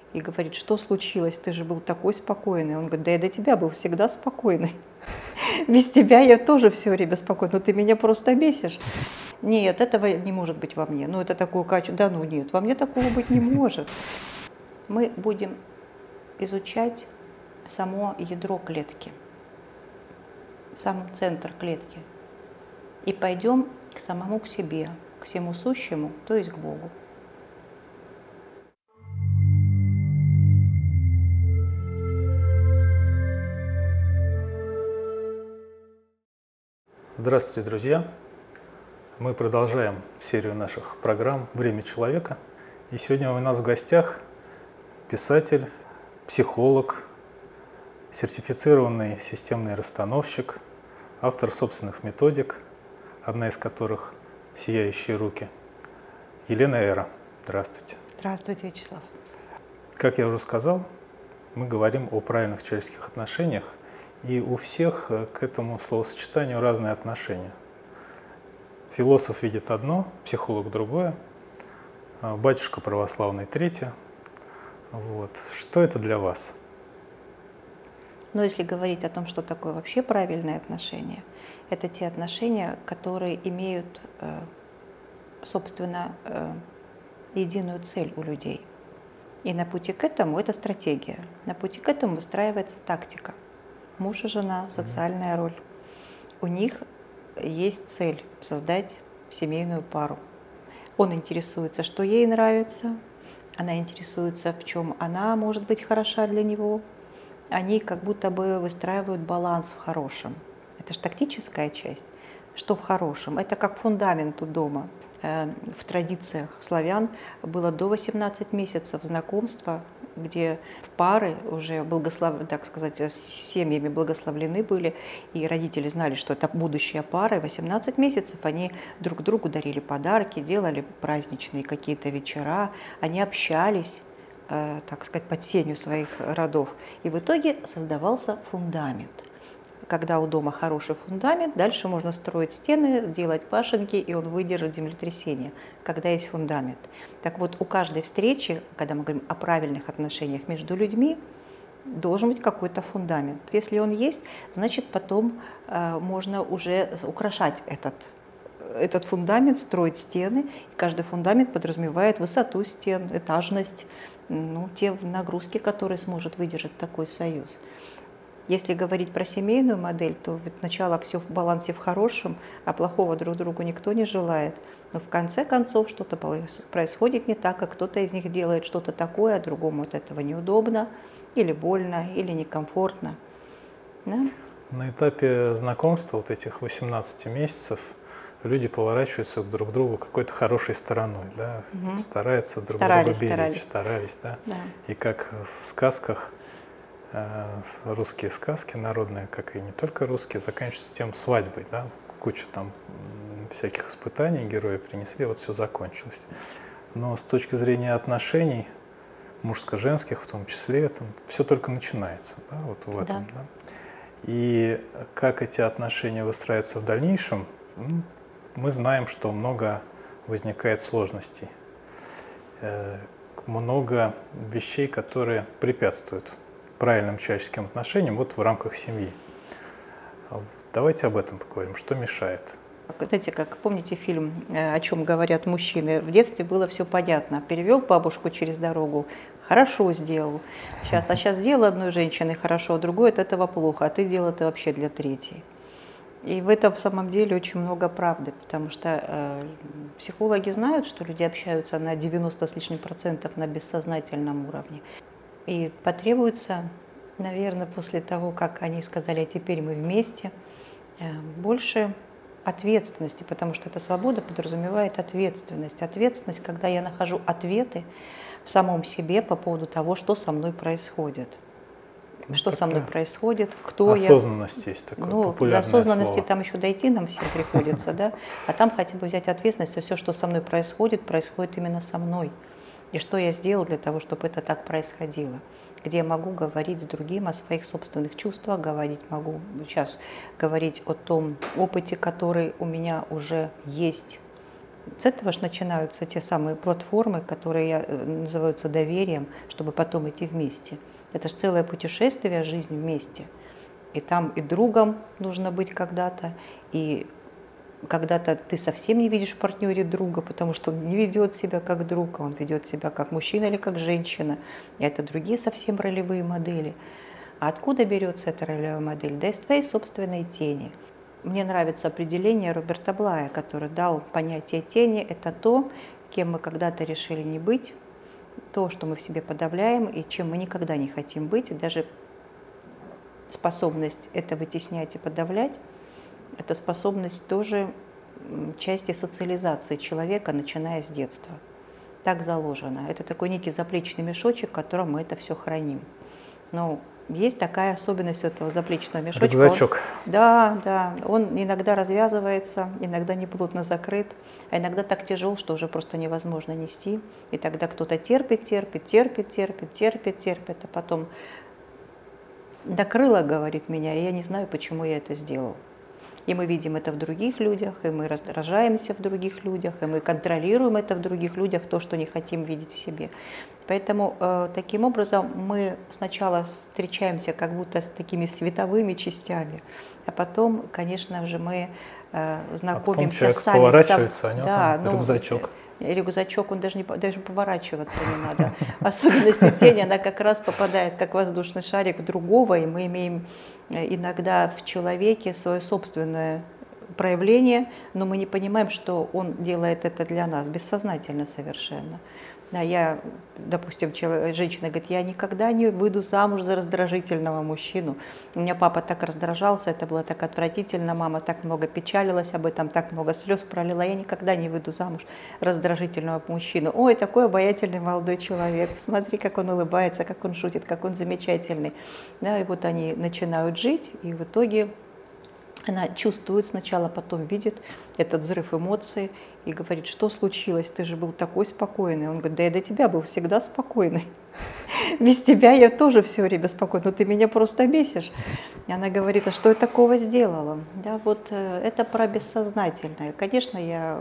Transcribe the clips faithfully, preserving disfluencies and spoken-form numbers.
и говорит: что случилось, ты же был такой спокойный. Он говорит: да я до тебя был всегда спокойный. Без тебя я тоже все время спокойна, но ты меня просто бесишь. Нет, этого не может быть во мне. Ну, это такое качество. Да ну нет, во мне такого быть не может. Мы будем изучать само ядро клетки, сам центр клетки. И пойдем к самому к себе, к всему сущему, то есть к Богу. Здравствуйте, друзья! Мы продолжаем серию наших программ «Время человека». И сегодня у нас в гостях писатель, психолог, сертифицированный системный расстановщик, автор собственных методик, одна из которых «Сияющие руки», Елена Эра. Здравствуйте. Здравствуйте, Вячеслав. Как я уже сказал, мы говорим о правильных человеческих отношениях, и у всех к этому словосочетанию разные отношения. Философ видит одно, психолог другое, батюшка православный третье. Вот. Что это для вас? Но если говорить о том, что такое вообще правильные отношения, это те отношения, которые имеют, собственно, единую цель у людей. И на пути к этому это стратегия. На пути к этому выстраивается тактика. Муж и жена, социальная роль. У них есть цель – создать семейную пару. Он интересуется, что ей нравится, она интересуется, в чем она может быть хороша для него. Они как будто бы выстраивают баланс в хорошем. Это же тактическая часть. Что в хорошем? Это как фундамент у дома. В традициях славян было до восемнадцати месяцев знакомства, где пары уже благослов... так сказать, с семьями благословлены были, и родители знали, что это будущая пара, и восемнадцать месяцев они друг другу дарили подарки, делали праздничные какие-то вечера, они общались, э, так сказать, под сенью своих родов, и в итоге создавался фундамент. Когда у дома хороший фундамент, дальше можно строить стены, делать башенки, и он выдержит землетрясение, когда есть фундамент. Так вот, у каждой встречи, когда мы говорим о правильных отношениях между людьми, должен быть какой-то фундамент. Если он есть, значит, потом э, можно уже украшать этот, этот фундамент, строить стены. И каждый фундамент подразумевает высоту стен, этажность, ну, те нагрузки, которые сможет выдержать такой союз. Если говорить про семейную модель, то ведь сначала все в балансе в хорошем, а плохого друг другу никто не желает. Но в конце концов что-то происходит не так, как кто-то из них делает что-то такое, а другому от этого неудобно, или больно, или некомфортно. Да? На этапе знакомства вот этих восемнадцати месяцев люди поворачиваются друг к другу какой-то хорошей стороной, да? Угу. Стараются друг старались, друга беречь, старались, старались, да? Да. И как в сказках, русские сказки народные, как и не только русские, заканчиваются тем свадьбой, да, куча там всяких испытаний герои принесли, вот все закончилось. Но с точки зрения отношений, мужско-женских в том числе, это все только начинается, да, вот в этом, Да. Да. И как эти отношения выстраиваются в дальнейшем, ну, мы знаем, что много возникает сложностей, много вещей, которые препятствуют правильным человеческим отношениям вот в рамках семьи. Давайте об этом поговорим. Что мешает? Знаете, как помните фильм «О чем говорят мужчины»? В детстве было все понятно. Перевел бабушку через дорогу, хорошо сделал. Сейчас, а сейчас сделал одной женщиной хорошо, а другой от этого плохо, а ты делал это вообще для третьей. И в этом в самом деле очень много правды, потому что э, психологи знают, что люди общаются на девяносто с лишним процентов на бессознательном уровне. И потребуется, наверное, после того, как они сказали, а теперь мы вместе, больше ответственности, потому что эта свобода подразумевает ответственность. Ответственность, когда я нахожу ответы в самом себе по поводу того, что со мной происходит. Ну, что со мной происходит, кто осознанность я. Осознанность есть такое, ну, популярное до осознанности слово. Там еще дойти нам всем приходится, да, а там хотя бы взять ответственность, все, что со мной происходит, происходит именно со мной. И что я сделал для того, чтобы это так происходило? Где я могу говорить с другим о своих собственных чувствах, говорить могу сейчас говорить о том опыте, который у меня уже есть, с этого же начинаются те самые платформы, которые называются доверием, чтобы потом идти вместе. Это же целое путешествие, жизнь вместе. И там и другом нужно быть когда-то, и когда-то ты совсем не видишь в партнере друга, потому что он не ведет себя как друг, он ведет себя как мужчина или как женщина. И это другие совсем ролевые модели. А откуда берется эта ролевая модель? Да из твоей собственной тени. Мне нравится определение Роберта Блая, который дал понятие тени. Это то, кем мы когда-то решили не быть, то, что мы в себе подавляем и чем мы никогда не хотим быть. И даже способность это вытеснять и подавлять, это способность тоже части социализации человека, начиная с детства. Так заложено. Это такой некий заплечный мешочек, в котором мы это все храним. Но есть такая особенность этого заплечного мешочка. Рюкзачок. Он, да, да. Он иногда развязывается, иногда неплотно закрыт, а иногда так тяжел, что уже просто невозможно нести. И тогда кто-то терпит, терпит, терпит, терпит, терпит, терпит, а потом накрыло, говорит меня, и я не знаю, почему я это сделал. И мы видим это в других людях, и мы раздражаемся в других людях, и мы контролируем это в других людях, то, что не хотим видеть в себе. Поэтому э, таким образом мы сначала встречаемся как будто с такими световыми частями, а потом, конечно же, мы э, знакомимся а сами поворачивается, с собой. А у него Да, там ну, рюкзачок. Рюкзачок, он даже, не, даже поворачиваться не надо. Особенностью тени, она как раз попадает, как воздушный шарик, в другого, и мы имеем иногда в человеке свое собственное проявление, но мы не понимаем, что он делает это для нас, бессознательно совершенно. Да, я, допустим, человек, женщина говорит, я никогда не выйду замуж за раздражительного мужчину. У меня папа так раздражался, это было так отвратительно, мама так много печалилась об этом, так много слез пролила, я никогда не выйду замуж раздражительного мужчину. Ой, такой обаятельный молодой человек, смотри, как он улыбается, как он шутит, как он замечательный. Да, и вот они начинают жить, и в итоге она чувствует сначала, потом видит этот взрыв эмоций и говорит, что случилось, ты же был такой спокойный. Он говорит, да я до тебя был всегда спокойный. Без тебя я тоже все время спокойный, но ты меня просто бесишь. И она говорит, а что я такого сделала? Да, вот это про бессознательное. Конечно, я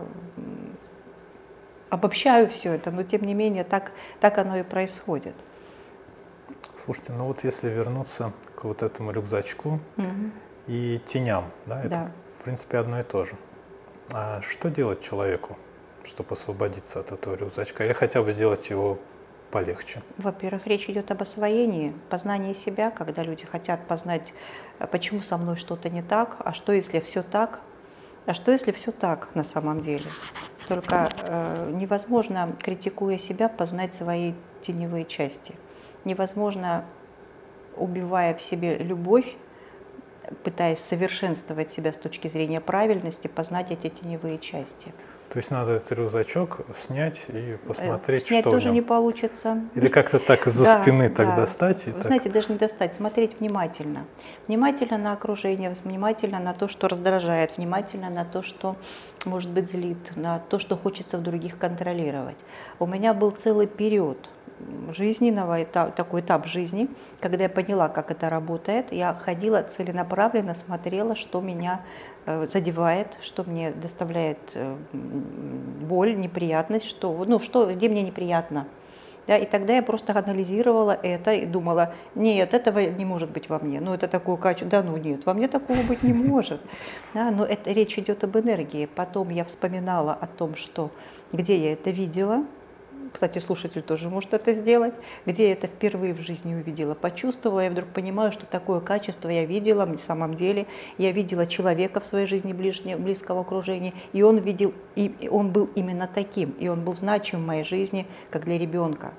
обобщаю все это, но тем не менее так, так оно и происходит. Слушайте, ну вот если вернуться к вот этому рюкзачку, угу. и теням, да, это да. в принципе одно и то же. А что делать человеку, чтобы освободиться от этого рюкзачка, или хотя бы сделать его полегче? Во-первых, речь идет об освоении, познании себя, когда люди хотят познать, почему со мной что-то не так, а что если все так, а что если все так на самом деле. Только э, невозможно, критикуя себя, познать свои теневые части. Невозможно, убивая в себе любовь, пытаясь совершенствовать себя с точки зрения правильности, познать эти теневые части. То есть надо этот рюкзачок снять и посмотреть, снять что в нем. Снять тоже не получится. Или как-то так из-за да, спины так да. достать? И Вы так... знаете, даже не достать, смотреть внимательно. Внимательно на окружение, внимательно на то, что раздражает, внимательно на то, что, может быть, злит, на то, что хочется в других контролировать. У меня был целый период жизненного этап, такой этап жизни, когда я поняла, как это работает, я ходила целенаправленно, смотрела, что меня э, задевает, что мне доставляет э, боль, неприятность, что, ну, что, где мне неприятно. Да, и тогда я просто анализировала это и думала, нет, этого не может быть во мне, ну это такое качество, да ну нет, во мне такого быть не может. Да, но это, речь идет об энергии. Потом я вспоминала о том, что, где я это видела. Кстати, слушатель тоже может это сделать. Где я это впервые в жизни увидела, почувствовала, я вдруг понимаю, что такое качество я видела на самом деле. Я видела человека в своей жизни ближнего, близкого окружения, и он видел, и он был именно таким, и он был значим в моей жизни, как для ребенка.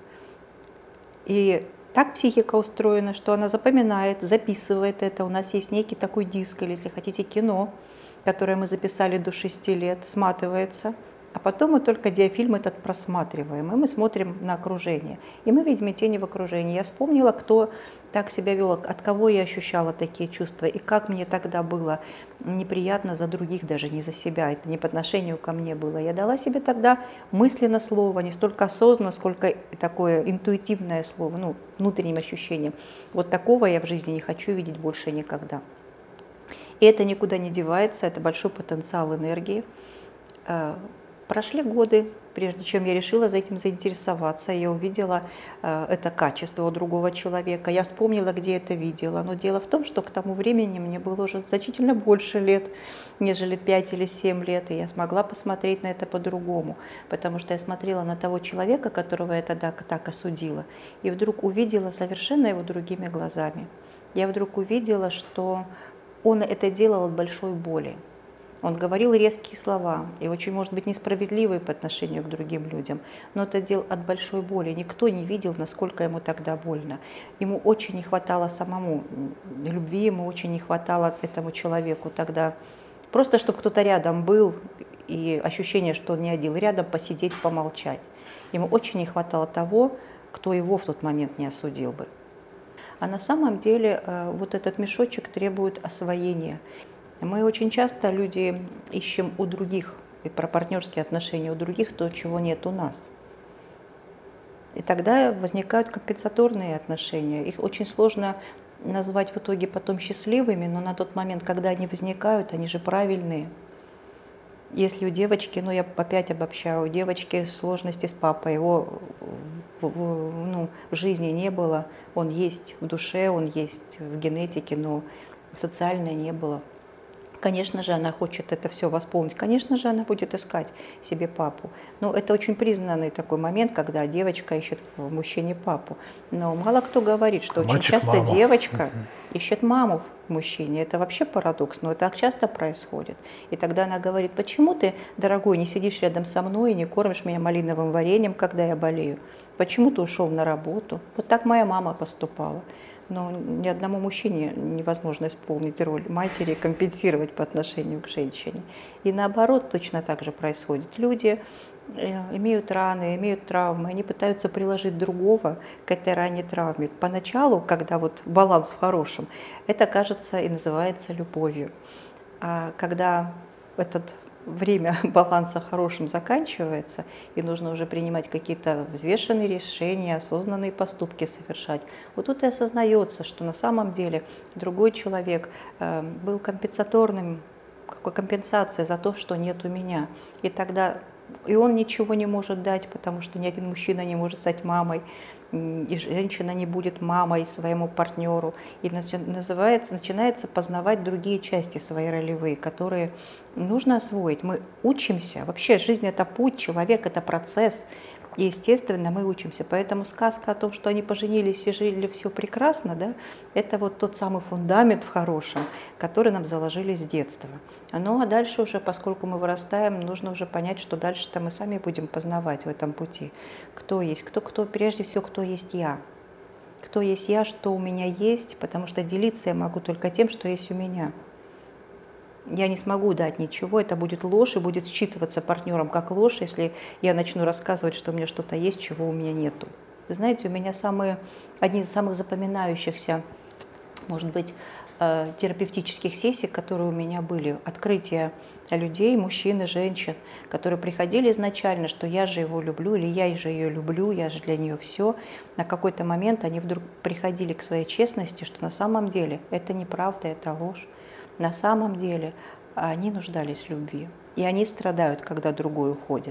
И так психика устроена, что она запоминает, записывает это. У нас есть некий такой диск, или, если хотите, кино, которое мы записали до шести лет, сматывается. А потом мы только диафильм этот просматриваем, и мы смотрим на окружение. И мы видим тени в окружении. Я вспомнила, кто так себя вел, от кого я ощущала такие чувства, и как мне тогда было неприятно за других, даже не за себя. Это не по отношению ко мне было. Я дала себе тогда мысленно слово, не столько осознанно, сколько такое интуитивное слово, ну, внутренним ощущением. Вот такого я в жизни не хочу видеть больше никогда. И это никуда не девается, это большой потенциал энергии. Прошли годы, прежде чем я решила за этим заинтересоваться. Я увидела э, это качество у другого человека. Я вспомнила, где это видела. Но дело в том, что к тому времени мне было уже значительно больше лет, нежели пять или семь лет. И я смогла посмотреть на это по-другому. Потому что я смотрела на того человека, которого я тогда так осудила. И вдруг увидела совершенно его другими глазами. Я вдруг увидела, что он это делал от большой боли. Он говорил резкие слова и очень, может быть, несправедливые по отношению к другим людям, но это делал от большой боли. Никто не видел, насколько ему тогда больно. Ему очень не хватало самому любви, ему очень не хватало этому человеку тогда. Просто, чтобы кто-то рядом был, и ощущение, что он не один, рядом посидеть, помолчать. Ему очень не хватало того, кто его в тот момент не осудил бы. А на самом деле вот этот мешочек требует освоения. Мы очень часто, люди, ищем у других, и про партнерские отношения у других то, чего нет у нас. И тогда возникают компенсаторные отношения. Их очень сложно назвать в итоге потом счастливыми, но на тот момент, когда они возникают, они же правильные. Если у девочки, ну я опять обобщаю, у девочки сложности с папой, его в, в, ну, в жизни не было, он есть в душе, он есть в генетике, но социально не было. Конечно же, она хочет это все восполнить. Конечно же, она будет искать себе папу. Но это очень признанный такой момент, когда девочка ищет в мужчине папу. Но мало кто говорит, что очень Мальчик часто маму. девочка ищет маму в мужчине. Это вообще парадокс, но это так часто происходит. И тогда она говорит: почему ты, дорогой, не сидишь рядом со мной и не кормишь меня малиновым вареньем, когда я болею? Почему ты ушел на работу? Вот так моя мама поступала. Но ни одному мужчине невозможно исполнить роль матери, компенсировать по отношению к женщине. И наоборот точно так же происходит. Люди имеют раны, имеют травмы, они пытаются приложить другого к этой ране, травме. Поначалу, когда вот баланс в хорошем, это кажется и называется любовью. А когда этот время баланса хорошим заканчивается, и нужно уже принимать какие-то взвешенные решения, осознанные поступки совершать, вот тут и осознается, что на самом деле другой человек э, был компенсаторным, какой компенсацией за то, что нет у меня. И тогда и он ничего не может дать, потому что ни один мужчина не может стать мамой, и женщина не будет мамой своему партнеру. И называется, начинается познавать другие части свои ролевые, которые нужно освоить. Мы учимся. Вообще жизнь — это путь, человек — это процесс. И, естественно, мы учимся. Поэтому сказка о том, что они поженились и жили все прекрасно, да, это вот тот самый фундамент в хорошем, который нам заложили с детства. Ну а дальше уже, поскольку мы вырастаем, нужно уже понять, что дальше-то мы сами будем познавать в этом пути. Кто есть, кто, кто, прежде всего, кто есть я. Кто есть я, что у меня есть, потому что делиться я могу только тем, что есть у меня. Я не смогу дать ничего, это будет ложь и будет считываться партнером как ложь, если я начну рассказывать, что у меня что-то есть, чего у меня нету. Вы знаете, у меня самые, одни из самых запоминающихся, может быть, терапевтических сессий, которые у меня были, открытия людей, мужчин и женщин, которые приходили изначально, что я же его люблю, или я же ее люблю, я же для нее все. На какой-то момент они вдруг приходили к своей честности, что на самом деле это неправда, это ложь. На самом деле они нуждались в любви, и они страдают, когда другой уходит.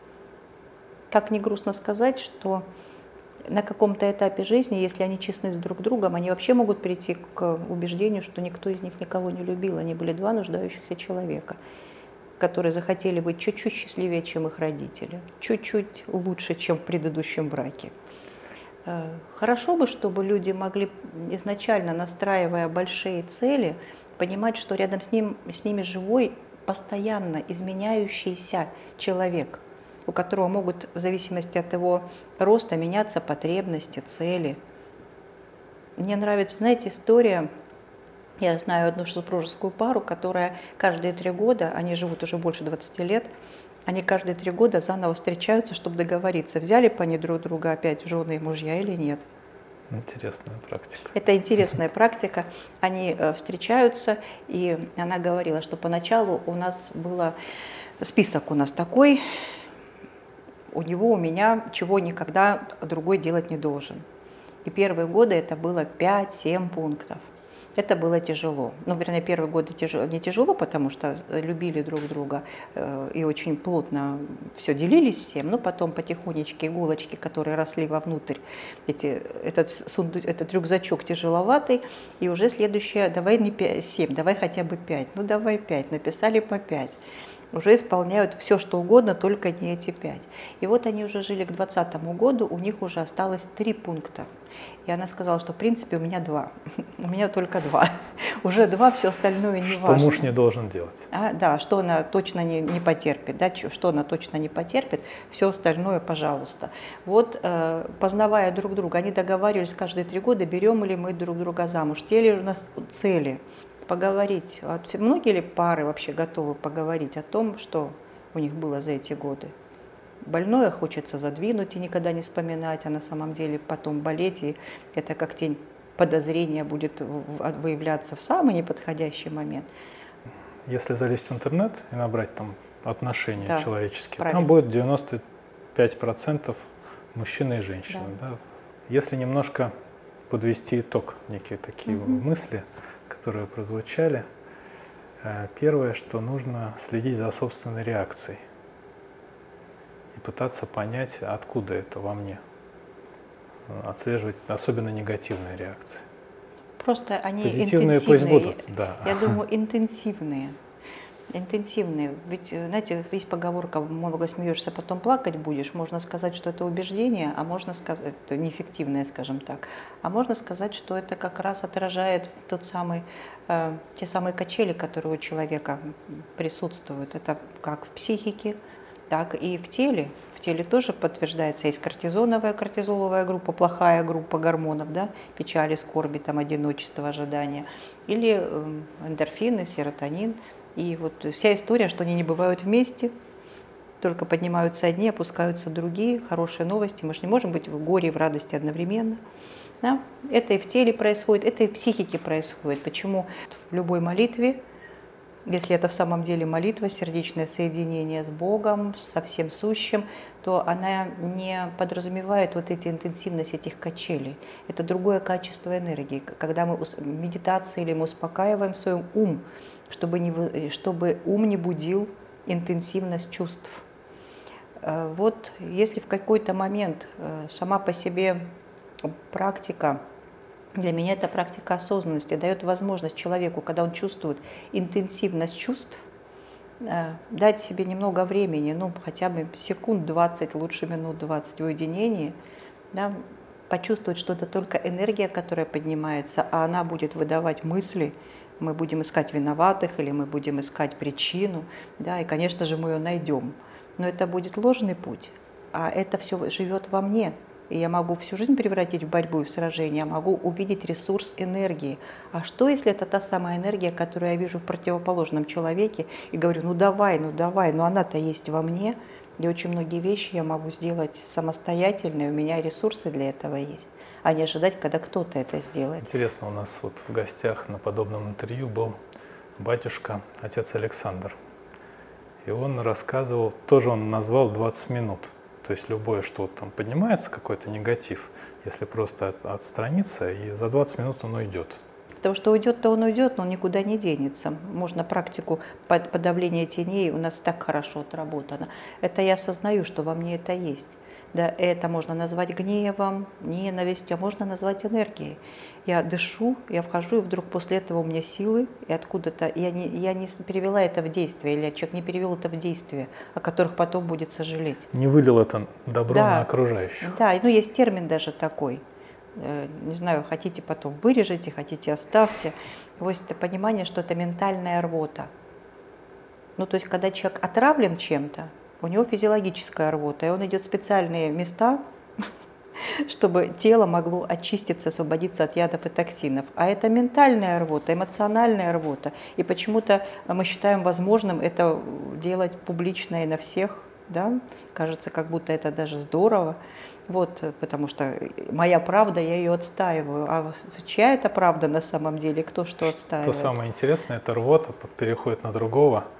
Как ни грустно сказать, что на каком-то этапе жизни, если они честны с друг другом, они вообще могут прийти к убеждению, что никто из них никого не любил. Они были два нуждающихся человека, которые захотели быть чуть-чуть счастливее, чем их родители, чуть-чуть лучше, чем в предыдущем браке. Хорошо бы, чтобы люди могли, изначально настраивая большие цели, понимать, что рядом с, ним, с ними живой, постоянно изменяющийся человек, у которого могут в зависимости от его роста меняться потребности, цели. Мне нравится, знаете, история, я знаю одну супружескую пару, которая каждые три года, они живут уже больше двадцати лет, они каждые три года заново встречаются, чтобы договориться, взяли бы они друг друга опять в жены и мужья или нет. Интересная практика. Это интересная практика. Они встречаются, и она говорила, что поначалу у нас был список у нас такой, у него, у меня, чего никогда другой делать не должен. И первые годы это было пять-семь пунктов. Это было тяжело. Ну, вернее, первые годы тяжело, не тяжело, потому что любили друг друга э, и очень плотно все делились всем, но потом потихонечку иголочки, которые росли вовнутрь, эти, этот, сунду, этот рюкзачок тяжеловатый, и уже следующее, давай не пять, семь, давай хотя бы пять, ну давай пять, написали по пять. Уже исполняют все, что угодно, только не эти пять. И вот они уже жили к двадцатому году, у них уже осталось три пункта. И она сказала, что в принципе у меня два. У меня только два. Уже два, все остальное не что важно. Что муж не должен делать. А, да, что она точно не, не потерпит, да, что она точно не потерпит, все остальное, пожалуйста. Вот, э, познавая друг друга, они договаривались каждые три года, берем ли мы друг друга замуж, те ли у нас цели. Поговорить. Многие ли пары вообще готовы поговорить о том, что у них было за эти годы? Больное хочется задвинуть и никогда не вспоминать, а на самом деле потом болеть, и это как тень подозрения будет выявляться в самый неподходящий момент. Если залезть в интернет и набрать там отношения да, человеческие, правильно. Там будет девяносто пять процентов мужчины и женщины. Да. Да? Если немножко подвести итог, некие такие угу. мысли, которые прозвучали. Первое, что нужно следить за собственной реакцией и пытаться понять, откуда это во мне. Отслеживать особенно негативные реакции. Просто они позитивные интенсивные. Пусть будут, да. Я думаю, интенсивные. Интенсивные. Ведь, знаете, есть поговорка: много смеешься, потом плакать будешь. Можно сказать, что это убеждение, а можно сказать, это неэффективное, скажем так. А можно сказать, что это как раз отражает тот самый, э, те самые качели, которые у человека присутствуют. Это как в психике, так и в теле. В теле тоже подтверждается, есть кортизоновая, кортизоловая группа, плохая группа гормонов, да, печали, скорби, там, одиночество, ожидания. Или э, эндорфины, серотонин. И вот вся история, что они не бывают вместе, только поднимаются одни, опускаются другие. Хорошие новости. Мы же не можем быть в горе и в радости одновременно. Да? Это и в теле происходит, это и в психике происходит. Почему в любой молитве, если это в самом деле молитва, сердечное соединение с Богом, со всем сущим, то она не подразумевает вот эти интенсивность этих качелей. Это другое качество энергии. Когда мы медитацией или мы успокаиваем свой ум, чтобы, не, чтобы ум не будил интенсивность чувств. Вот если в какой-то момент сама по себе практика, для меня это практика осознанности, дает возможность человеку, когда он чувствует интенсивность чувств, дать себе немного времени, ну хотя бы секунд двадцать, лучше минут двадцать в уединении, да, почувствовать, что это только энергия, которая поднимается, а она будет выдавать мысли. Мы будем искать виноватых или мы будем искать причину, да, и, конечно же, мы ее найдем. Но это будет ложный путь, а это все живет во мне. И я могу всю жизнь превратить в борьбу и в сражение, я могу увидеть ресурс энергии. А что, если это та самая энергия, которую я вижу в противоположном человеке, и говорю, ну давай, ну давай, но она-то есть во мне, и очень многие вещи я могу сделать самостоятельно, и у меня ресурсы для этого есть, а не ожидать, когда кто-то это сделает. Интересно, у нас вот в гостях на подобном интервью был батюшка, отец Александр. И он рассказывал, тоже он назвал двадцать минут. То есть любое, что вот там поднимается, какой-то негатив, если просто от, отстраниться, и за двадцать минут он уйдет. Потому что уйдет-то он уйдет, но он никуда не денется. Можно практику подавления теней, у нас так хорошо отработано. Это я осознаю, что во мне это есть. Да, это можно назвать гневом, ненавистью, а можно назвать энергией. Я дышу, я вхожу, и вдруг после этого у меня силы, и откуда-то я не, я не перевела это в действие, или человек не перевел это в действие, о которых потом будет сожалеть. Не вылил это добро да, на окружающих. Да, ну есть термин даже такой. Не знаю, хотите потом вырежете, хотите оставьте. Вот это понимание, что это ментальная рвота. Ну, то есть, когда человек отравлен чем-то, у него физиологическая рвота, и он идет в специальные места, чтобы тело могло очиститься, освободиться от ядов и токсинов. А это ментальная рвота, эмоциональная рвота. И почему-то мы считаем возможным это делать публично и на всех. Да? Кажется, как будто это даже здорово. Вот, потому что моя правда, я ее отстаиваю. А чья это правда на самом деле? Кто что отстаивает? Что самое интересное, эта рвота переходит на другого,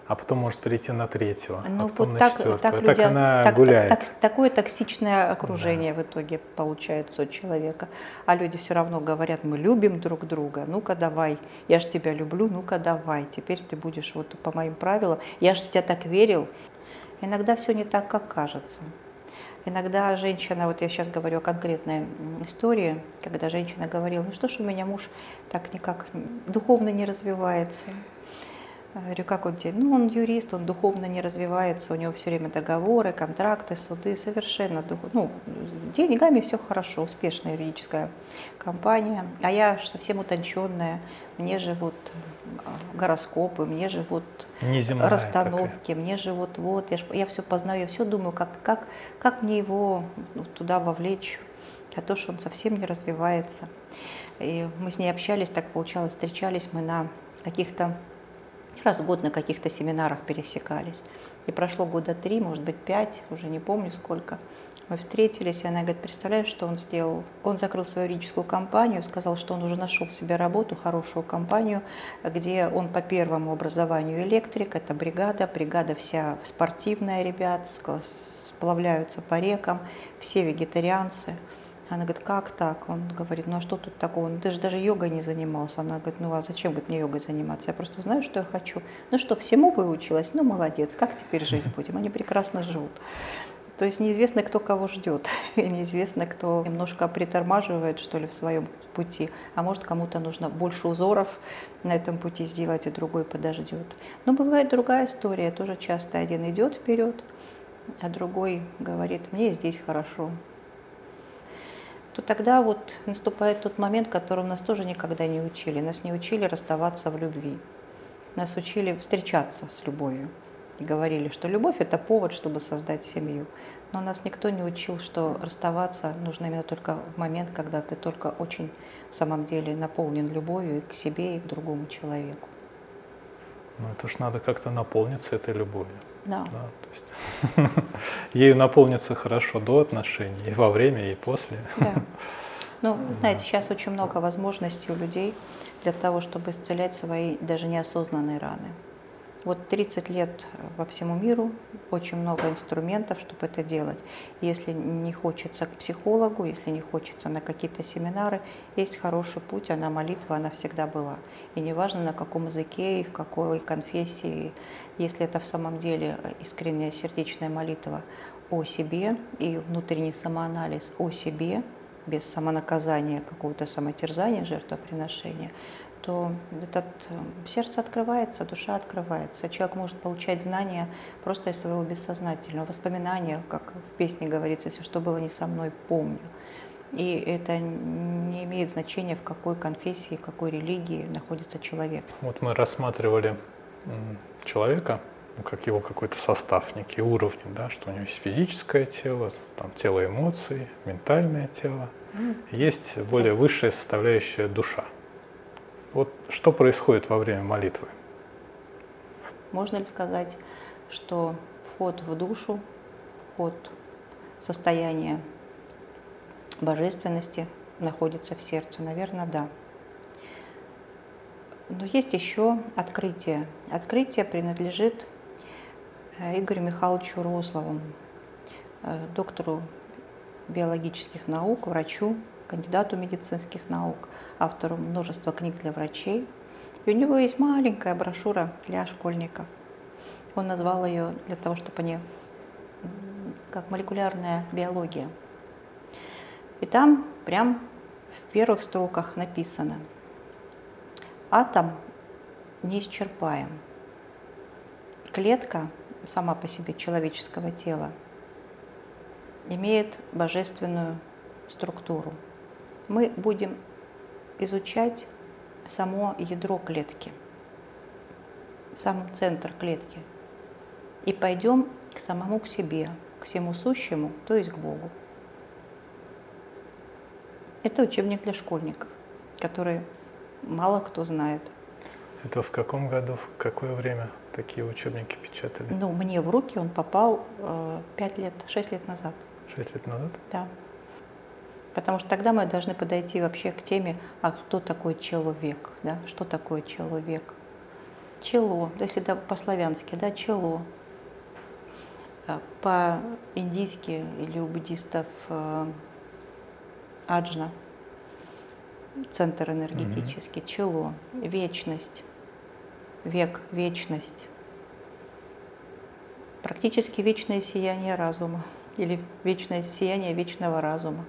а потом может перейти на третьего, Ну, а потом вот на так, четвертого. так, И так люди, она так, гуляет. так- такое токсичное окружение в итоге получается у человека. А люди все равно говорят, мы любим друг друга, ну-ка давай, я же тебя люблю, ну-ка давай, теперь ты будешь вот по моим правилам, я же в тебя так верил. Иногда все не так, как кажется. Иногда женщина, вот я сейчас говорю о конкретной м, истории, когда женщина говорила, ну что ж у меня муж так никак духовно не развивается. Я говорю, как он тебе? Ну, он юрист, он духовно не развивается, у него все время договоры, контракты, суды, совершенно, дух- ну, с деньгами все хорошо, успешная юридическая компания, а я ж совсем утонченная, мне же вот а, гороскопы, мне же вот Неземная расстановки, мне же вот вот, я, ж- я все познаю, я все думаю, как, как, как мне его ну, туда вовлечь, а то, что он совсем не развивается. И мы с ней общались, так получалось, встречались мы на каких-то раз в год на каких-то семинарах пересекались. И прошло года три, может быть, пять, уже не помню сколько. Мы встретились, и она говорит, представляешь, что он сделал? Он закрыл свою юридическую компанию, сказал, что он уже нашел себе работу, хорошую компанию, где он по первому образованию электрик, это бригада, бригада вся спортивная, ребят, сплавляются по рекам, все вегетарианцы. Она говорит, как так? Он говорит, ну а что тут такого? Ну ты же даже йогой не занимался. Она говорит, ну а зачем, говорит, мне йогой заниматься? Я просто знаю, что я хочу. Ну что, всему выучилась? Ну молодец, как теперь жить будем? Они прекрасно живут. То есть неизвестно, кто кого ждет, и неизвестно, кто немножко притормаживает, что ли, в своем пути, а может, кому-то нужно больше узоров на этом пути сделать, и другой подождет. Но бывает другая история, тоже часто один идет вперед, а другой говорит, мне здесь хорошо. То тогда вот наступает тот момент, которым нас тоже никогда не учили. Нас не учили расставаться в любви. Нас учили встречаться с любовью. И говорили, что любовь – это повод, чтобы создать семью. Но нас никто не учил, что расставаться нужно именно только в момент, когда ты только очень, в самом деле, наполнен любовью и к себе, и к другому человеку. Ну это ж надо как-то наполниться этой любовью. Да. Да, то есть ею наполниться хорошо до отношений, и во время, и после. Да. Ну, знаете, сейчас очень много возможностей у людей для того, чтобы исцелять свои даже неосознанные раны. Вот тридцать лет по всему миру, очень много инструментов, чтобы это делать. Если не хочется к психологу, если не хочется на какие-то семинары, есть хороший путь, она молитва, она всегда была. И неважно, на каком языке и в какой конфессии, если это в самом деле искренняя сердечная молитва о себе и внутренний самоанализ о себе, без самонаказания, какого-то самотерзания, жертвоприношения, то этот, сердце открывается, душа открывается. Человек может получать знания просто из своего бессознательного, воспоминания, как в песне говорится, все, что было не со мной, помню. И это не имеет значения, в какой конфессии, в какой религии находится человек. Вот мы рассматривали человека, ну, как его какой-то состав, некие уровни, да, что у него есть физическое тело, там, тело эмоций, ментальное тело, mm. есть более высшая составляющая душа. Вот что происходит во время молитвы? Можно ли сказать, что вход в душу, вход в состояние божественности находится в сердце? Наверное, да. Но есть еще открытие. Открытие принадлежит Игорю Михайловичу Рослову, доктору биологических наук, врачу, кандидату медицинских наук, автору множества книг для врачей. И у него есть маленькая брошюра для школьников. Он назвал ее для того, чтобы они, как молекулярная биология. И там прям в первых строках написано: атом неисчерпаем. Клетка сама по себе человеческого тела имеет божественную структуру. Мы будем изучать само ядро клетки, сам центр клетки, и пойдем к самому к себе, к всему сущему, то есть к Богу. Это учебник для школьников, который мало кто знает. Это в каком году, в какое время такие учебники печатали? Ну, мне в руки он попал э, пять лет, шесть лет назад. Шесть лет назад? Да. Потому что тогда мы должны подойти вообще к теме, а кто такой человек, да? Что такое человек? чело, если да, по-славянски, да, чело. По-индийски или у буддистов аджна, центр энергетический, mm-hmm. чело, вечность, век, вечность. Практически вечное сияние разума или вечное сияние вечного разума.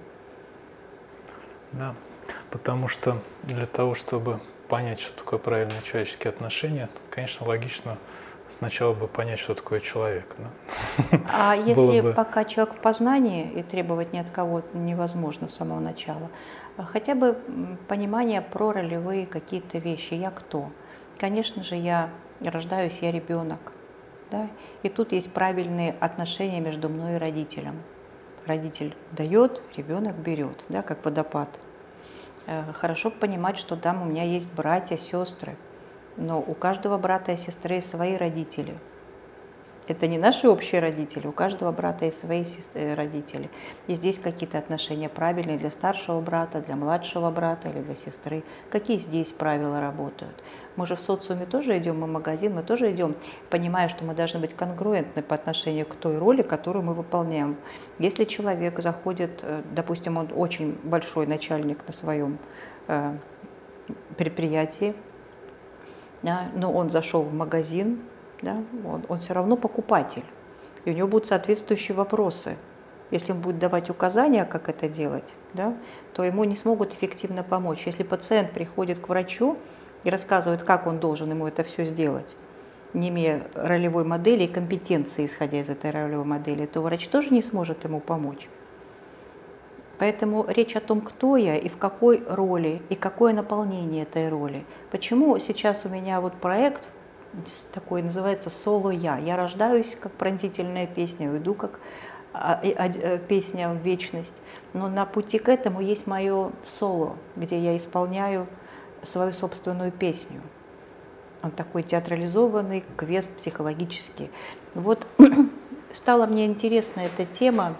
Да, потому что для того, чтобы понять, что такое правильные человеческие отношения, конечно, логично сначала бы понять, что такое человек. Да? А если бы... пока человек в познании, и требовать ни от кого невозможно с самого начала, хотя бы понимание про ролевые какие-то вещи. Я кто? Конечно же, я рождаюсь, я ребенок. Да? И тут есть правильные отношения между мной и родителем. Родитель дает, ребенок берет, да, как водопад. Хорошо понимать, что там у меня есть братья, сестры. Но у каждого брата и сестры свои родители. Это не наши общие родители, у каждого брата есть свои сестры, родители. И здесь какие-то отношения правильные для старшего брата, для младшего брата или для сестры. Какие здесь правила работают? Мы же в социуме тоже идем, мы в магазин, мы тоже идем, понимая, что мы должны быть конгруентны по отношению к той роли, которую мы выполняем. Если человек заходит, допустим, он очень большой начальник на своем э, предприятии, да, но он зашел в магазин, да, он, он все равно покупатель, и у него будут соответствующие вопросы. Если он будет давать указания, как это делать, да, то ему не смогут эффективно помочь. Если пациент приходит к врачу и рассказывает, как он должен ему это все сделать, не имея ролевой модели и компетенции, исходя из этой ролевой модели, то врач тоже не сможет ему помочь. Поэтому речь о том, кто я и в какой роли, и какое наполнение этой роли. Почему сейчас у меня вот проект такой называется «Соло-я». Я рождаюсь как пронзительная песня, уйду как песня в вечность. Но на пути к этому есть мое соло, где я исполняю свою собственную песню. Он такой театрализованный, квест психологический. Вот стала мне интересна эта тема.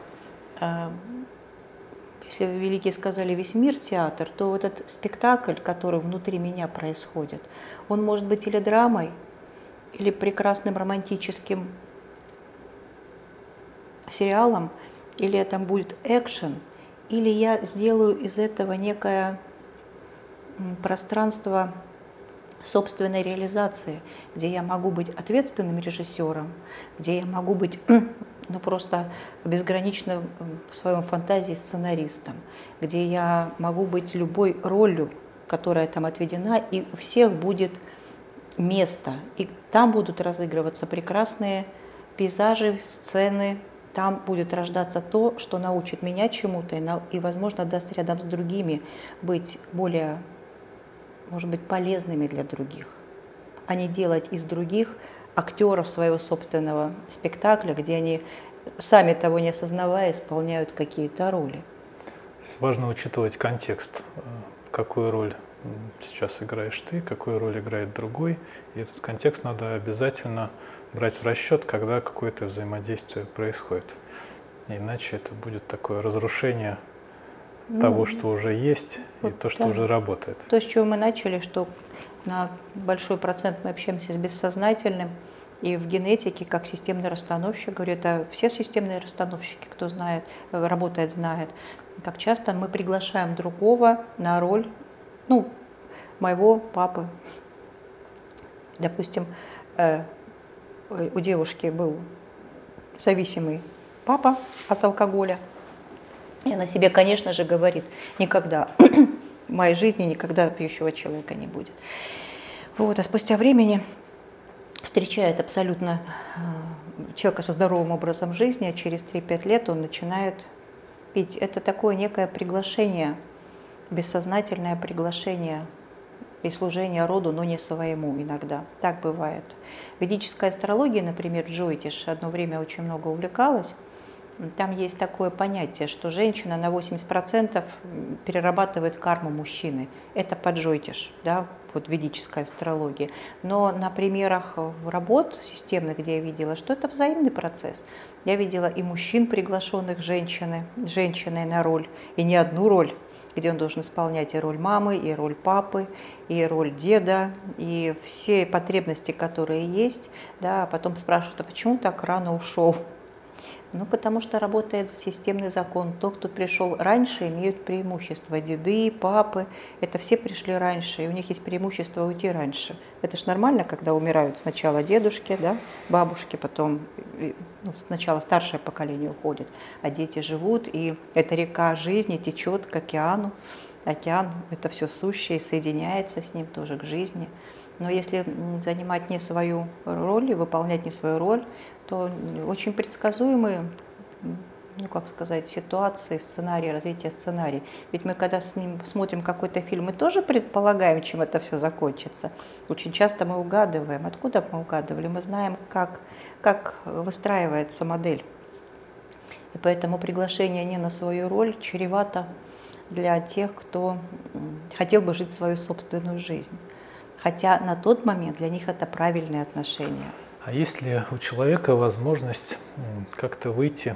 Если великие сказали «весь мир театр», то вот этот спектакль, который внутри меня происходит, он может быть или драмой, или прекрасным романтическим сериалом, или это будет экшен, или я сделаю из этого некое пространство собственной реализации, где я могу быть ответственным режиссером, где я могу быть ну, просто безгранично в своем фантазии сценаристом, где я могу быть любой ролью, которая там отведена, и у всех будет место. И там будут разыгрываться прекрасные пейзажи, сцены, там будет рождаться то, что научит меня чему-то и, и, возможно, даст рядом с другими быть более, может быть, полезными для других, а не делать из других актеров своего собственного спектакля, где они, сами того не осознавая, исполняют какие-то роли. Важно учитывать контекст, какую роль сейчас играешь ты, какую роль играет другой, и этот контекст надо обязательно брать в расчет, когда какое-то взаимодействие происходит. Иначе это будет такое разрушение ну, того, что уже есть, вот и то, что да. уже работает. То, с чего мы начали, что на большой процент мы общаемся с бессознательным, и в генетике, как системный расстановщик, говорю, это все системные расстановщики, кто знает, работает, знает, как часто мы приглашаем другого на роль, ну, моего папы. Допустим, э, у девушки был зависимый папа от алкоголя, и она себе, конечно же, говорит, никогда в моей жизни никогда пьющего человека не будет. Вот, а спустя времени встречает абсолютно э, человека со здоровым образом жизни, а через три-пять лет он начинает пить. Это такое некое приглашение, бессознательное приглашение и служение роду, но не своему иногда. Так бывает. Ведическая астрология, например, Джойтиш, одно время очень много увлекалась. Там есть такое понятие, что женщина на восемьдесят процентов перерабатывает карму мужчины. Это по Джойтиш, да, вот ведическая астрология. Но на примерах работ системных, где я видела, что это взаимный процесс. Я видела и мужчин, приглашенных женщины, женщиной на роль, и не одну роль. где он должен исполнять и роль мамы, и роль папы, и роль деда, и все потребности, которые есть, да, а потом спрашивают, а почему так рано ушел? Ну, потому что работает системный закон. Тот, кто пришел раньше, имеют преимущество. Деды, папы, это все пришли раньше, и у них есть преимущество уйти раньше. Это ж нормально, когда умирают сначала дедушки, да, бабушки, потом ну, сначала старшее поколение уходит, а дети живут, и эта река жизни течет к океану. Океан – это все сущее, соединяется с ним тоже к жизни. Но если занимать не свою роль и выполнять не свою роль, то очень предсказуемые, ну как сказать, ситуации, сценарии, развитие сценария. Ведь мы когда смотрим какой-то фильм, мы тоже предполагаем, чем это все закончится. Очень часто мы угадываем. Откуда мы угадывали? Мы знаем, как, как выстраивается модель. И поэтому приглашение не на свою роль чревато для тех, кто хотел бы жить свою собственную жизнь. Хотя на тот момент для них это правильные отношения. А есть ли у человека возможность как-то выйти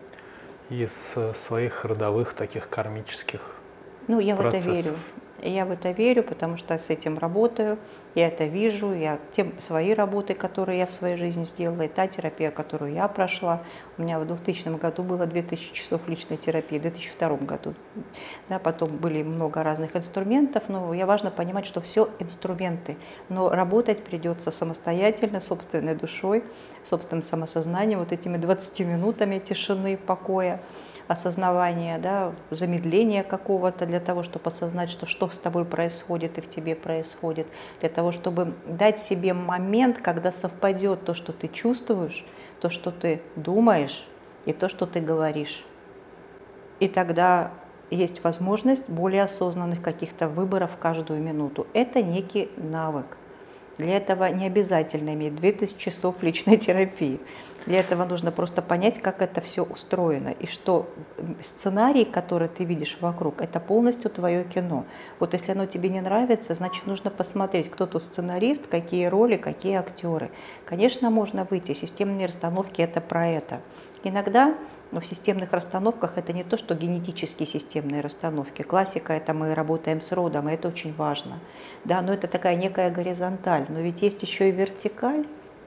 из своих родовых таких кармических Ну, я процессов? в это верю. Я в это верю, потому что с этим работаю, я это вижу, я тем свои работы, которые я в своей жизни сделала, и та терапия, которую я прошла. У меня в двухтысячном году было две тысячи часов личной терапии, в две тысячи втором году. Да, потом были много разных инструментов, но я важно понимать, что все инструменты, но работать придется самостоятельно, собственной душой, собственным самосознанием, вот этими двадцатью минутами тишины, покоя, осознавания, да, замедления какого-то для того, чтобы осознать, что, что с тобой происходит и в тебе происходит, для того, чтобы дать себе момент, когда совпадет то, что ты чувствуешь, то, что ты думаешь и то, что ты говоришь. И тогда есть возможность более осознанных каких-то выборов каждую минуту. Это некий навык. Для этого не обязательно иметь две тысячи часов личной терапии. Для этого нужно просто понять, как это все устроено, и что сценарий, который ты видишь вокруг, это полностью твое кино. Вот если оно тебе не нравится, значит, нужно посмотреть, кто тут сценарист, какие роли, какие актеры. Конечно, можно выйти, системные расстановки – это про это. Иногда в системных расстановках это не то, что генетические системные расстановки. Классика – это мы работаем с родом, и это очень важно. Да, но это такая некая горизонталь. Но ведь есть еще и вертикаль,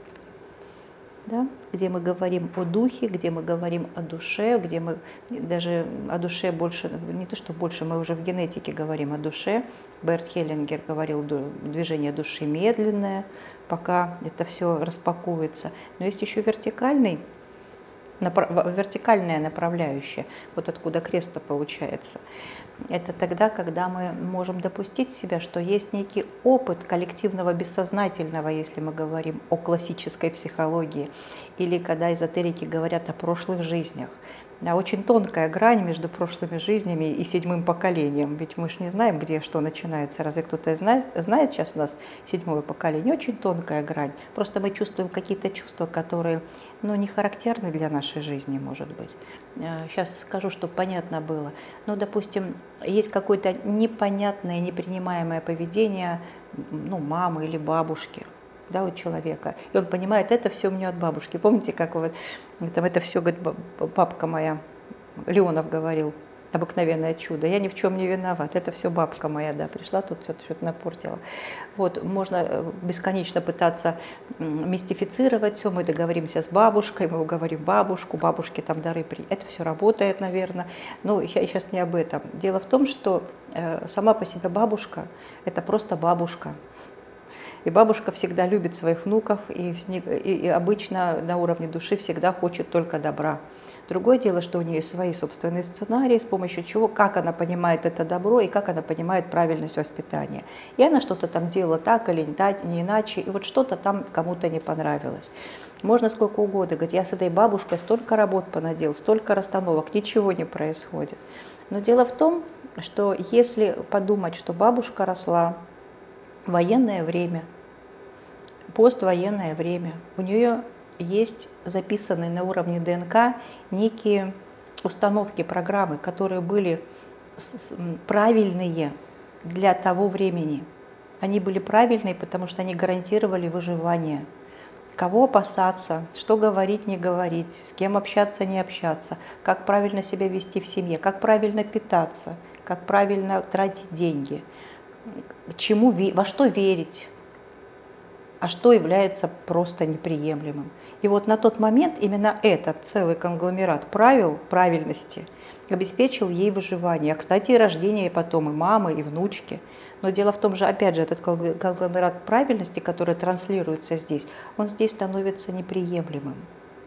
да, где мы говорим о духе, где мы говорим о душе, где мы даже о душе больше, не то что больше, мы уже в генетике говорим о душе. Берт Хеллингер говорил, движение души медленное, пока это все распакуется. Но есть еще вертикальный, вертикальная направляющая, вот откуда крест-то получается. Это тогда, когда мы можем допустить себя, что есть некий опыт коллективного бессознательного, если мы говорим о классической психологии, или когда эзотерики говорят о прошлых жизнях. Да, очень тонкая грань между прошлыми жизнями и седьмым поколением. Ведь мы же не знаем, где что начинается. Разве кто-то знает, знает сейчас у нас седьмое поколение? Очень тонкая грань. Просто мы чувствуем какие-то чувства, которые ну, не характерны для нашей жизни, может быть. Сейчас скажу, чтобы понятно было. Ну, допустим, есть какое-то непонятное, непринимаемое поведение ну, мамы или бабушки. Да, у человека. И он понимает, это все у меня от бабушки. Помните, как вот там это все, говорит, бабка моя, Леонов говорил, обыкновенное чудо. Я ни в чем не виноват. Это все бабка моя, да, пришла, тут что-то напортила. Вот, можно бесконечно пытаться мистифицировать все. Мы договоримся с бабушкой, мы уговорим бабушку, бабушке там дары при. Это все работает, наверное. Но я сейчас не об этом. Дело в том, что сама по себе бабушка – это просто бабушка. И бабушка всегда любит своих внуков, и, и, и обычно на уровне души всегда хочет только добра. Другое дело, что у нее есть свои собственные сценарии, с помощью чего, как она понимает это добро и как она понимает правильность воспитания. И она что-то там делала так или не, так, не иначе, и вот что-то там кому-то не понравилось. Можно сколько угодно говорить, я с этой бабушкой столько работ понаделал, столько расстановок, ничего не происходит. Но дело в том, что если подумать, что бабушка росла в военное время, поствоенное время, у нее есть записанные на уровне ДНК некие установки, программы, которые были правильные для того времени. Они были правильные, потому что они гарантировали выживание. Кого опасаться, что говорить, не говорить, с кем общаться, не общаться, как правильно себя вести в семье, как правильно питаться, как правильно тратить деньги, чему, во что верить, а что является просто неприемлемым. И вот на тот момент именно этот целый конгломерат правил, правильности обеспечил ей выживание. А, кстати, и рождение потом и мамы, и внучки. Но дело в том же, опять же, этот конгломерат правильности, который транслируется здесь, он здесь становится неприемлемым.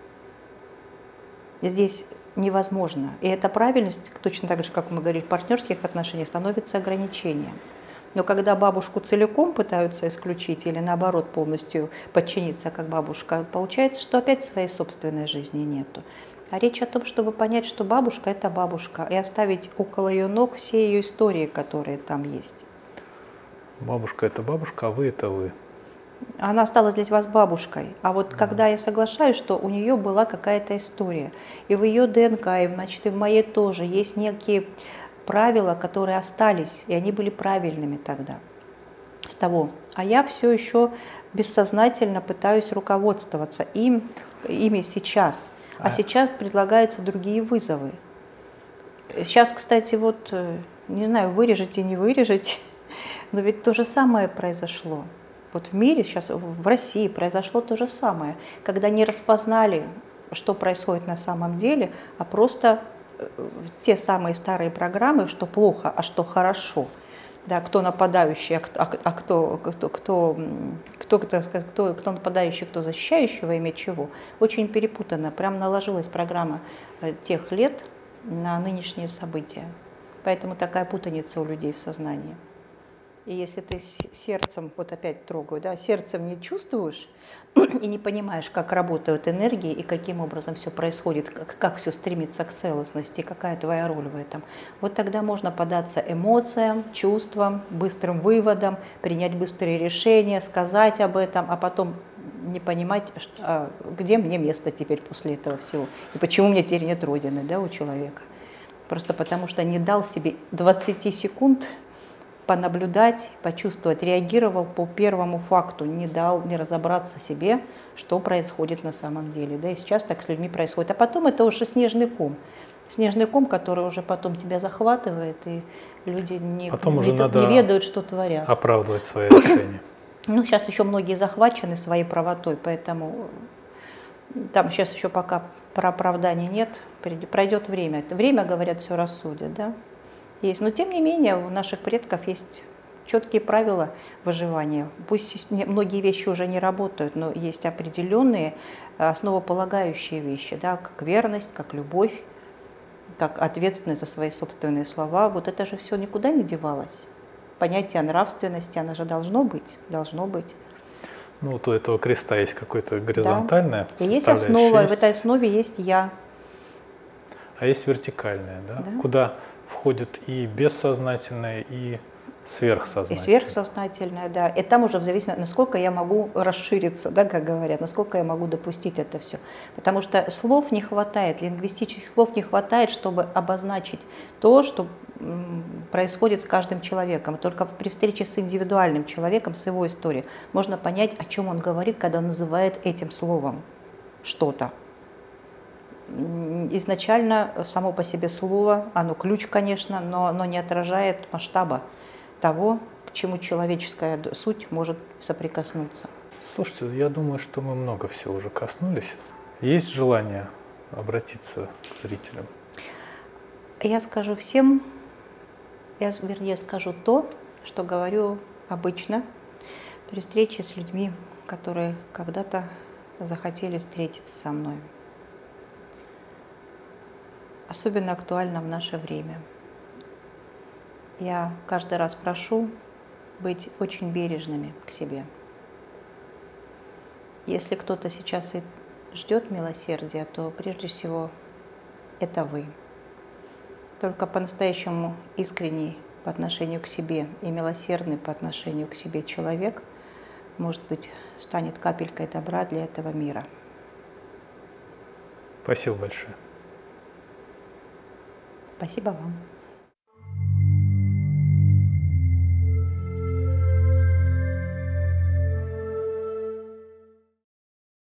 Здесь невозможно. И эта правильность, точно так же, как мы говорили, в партнерских отношениях, становится ограничением. Но когда бабушку целиком пытаются исключить или наоборот полностью подчиниться как бабушка, получается, что опять своей собственной жизни нету. А речь о том, чтобы понять, что бабушка – это бабушка, и оставить около ее ног все ее истории, которые там есть. Бабушка – это бабушка, а вы – это вы. Она осталась для вас бабушкой. А вот когда я соглашаюсь, что у нее была какая-то история, и в ее ДНК, и, значит, и в моей тоже есть некие правила, которые остались, и они были правильными тогда, с того. А я все еще бессознательно пытаюсь руководствоваться им, ими сейчас. А сейчас предлагаются другие вызовы. Сейчас, кстати, вот, не знаю, вырежете, не вырежете, но ведь то же самое произошло. Вот в мире сейчас, в России произошло то же самое, когда не распознали, что происходит на самом деле, а просто те самые старые программы, что плохо, а что хорошо. Да, кто нападающий, а кто, а кто, кто, кто, кто, кто, кто, кто нападающий, кто защищающий во имя чего, очень перепутано. Прям наложилась программа тех лет на нынешние события. Поэтому такая путаница у людей в сознании. И если ты сердцем, вот опять трогаю, да, сердцем не чувствуешь и не понимаешь, как работают энергии и каким образом все происходит, как, как все стремится к целостности, какая твоя роль в этом, вот тогда можно поддаться эмоциям, чувствам, быстрым выводам, принять быстрые решения, сказать об этом, а потом не понимать, что, а где мне место теперь после этого всего, и почему мне теперь нет родины, да, у человека. Просто потому что не дал себе двадцати секунд понаблюдать, почувствовать, реагировал по первому факту, не дал не разобраться себе, что происходит на самом деле. Да, и сейчас так с людьми происходит. А потом это уже снежный ком. Снежный ком, который уже потом тебя захватывает, и люди не, потом не, уже не, надо не ведают, что творят. Оправдывать свои решения. Ну, сейчас еще многие захвачены своей правотой, поэтому там сейчас еще пока про оправдания нет, пройдет время. Время, говорят, все рассудит, да. Есть. Но тем не менее у наших предков есть четкие правила выживания. Пусть многие вещи уже не работают, но есть определенные основополагающие вещи, да, как верность, как любовь, как ответственность за свои собственные слова. Вот это же все никуда не девалось. Понятие нравственности, оно же должно быть, должно быть. Ну, вот у этого креста есть какое-то горизонтальное. Да. И есть основа, есть... в этой основе есть я. А есть вертикальное, да? Да. Куда входит и бессознательное, и сверхсознательное. И сверхсознательное, да. И там уже в зависимости, насколько я могу расшириться, да, как говорят, насколько я могу допустить это все. Потому что слов не хватает, лингвистических слов не хватает, чтобы обозначить то, что происходит с каждым человеком. И только при встрече с индивидуальным человеком, с его историей, можно понять, о чем он говорит, когда он называет этим словом что-то. Изначально само по себе слово, оно ключ, конечно, но оно не отражает масштаба того, к чему человеческая суть может соприкоснуться. Слушайте, я думаю, что мы много всего уже коснулись. Есть желание обратиться к зрителям? Я скажу всем, я, вернее, скажу то, что говорю обычно при встрече с людьми, которые когда-то захотели встретиться со мной. Особенно актуально в наше время. Я каждый раз прошу быть очень бережными к себе. Если кто-то сейчас и ждет милосердия, то прежде всего это вы. Только по-настоящему искренний по отношению к себе и милосердный по отношению к себе человек, может быть, станет капелькой добра для этого мира. Спасибо большое. Спасибо вам.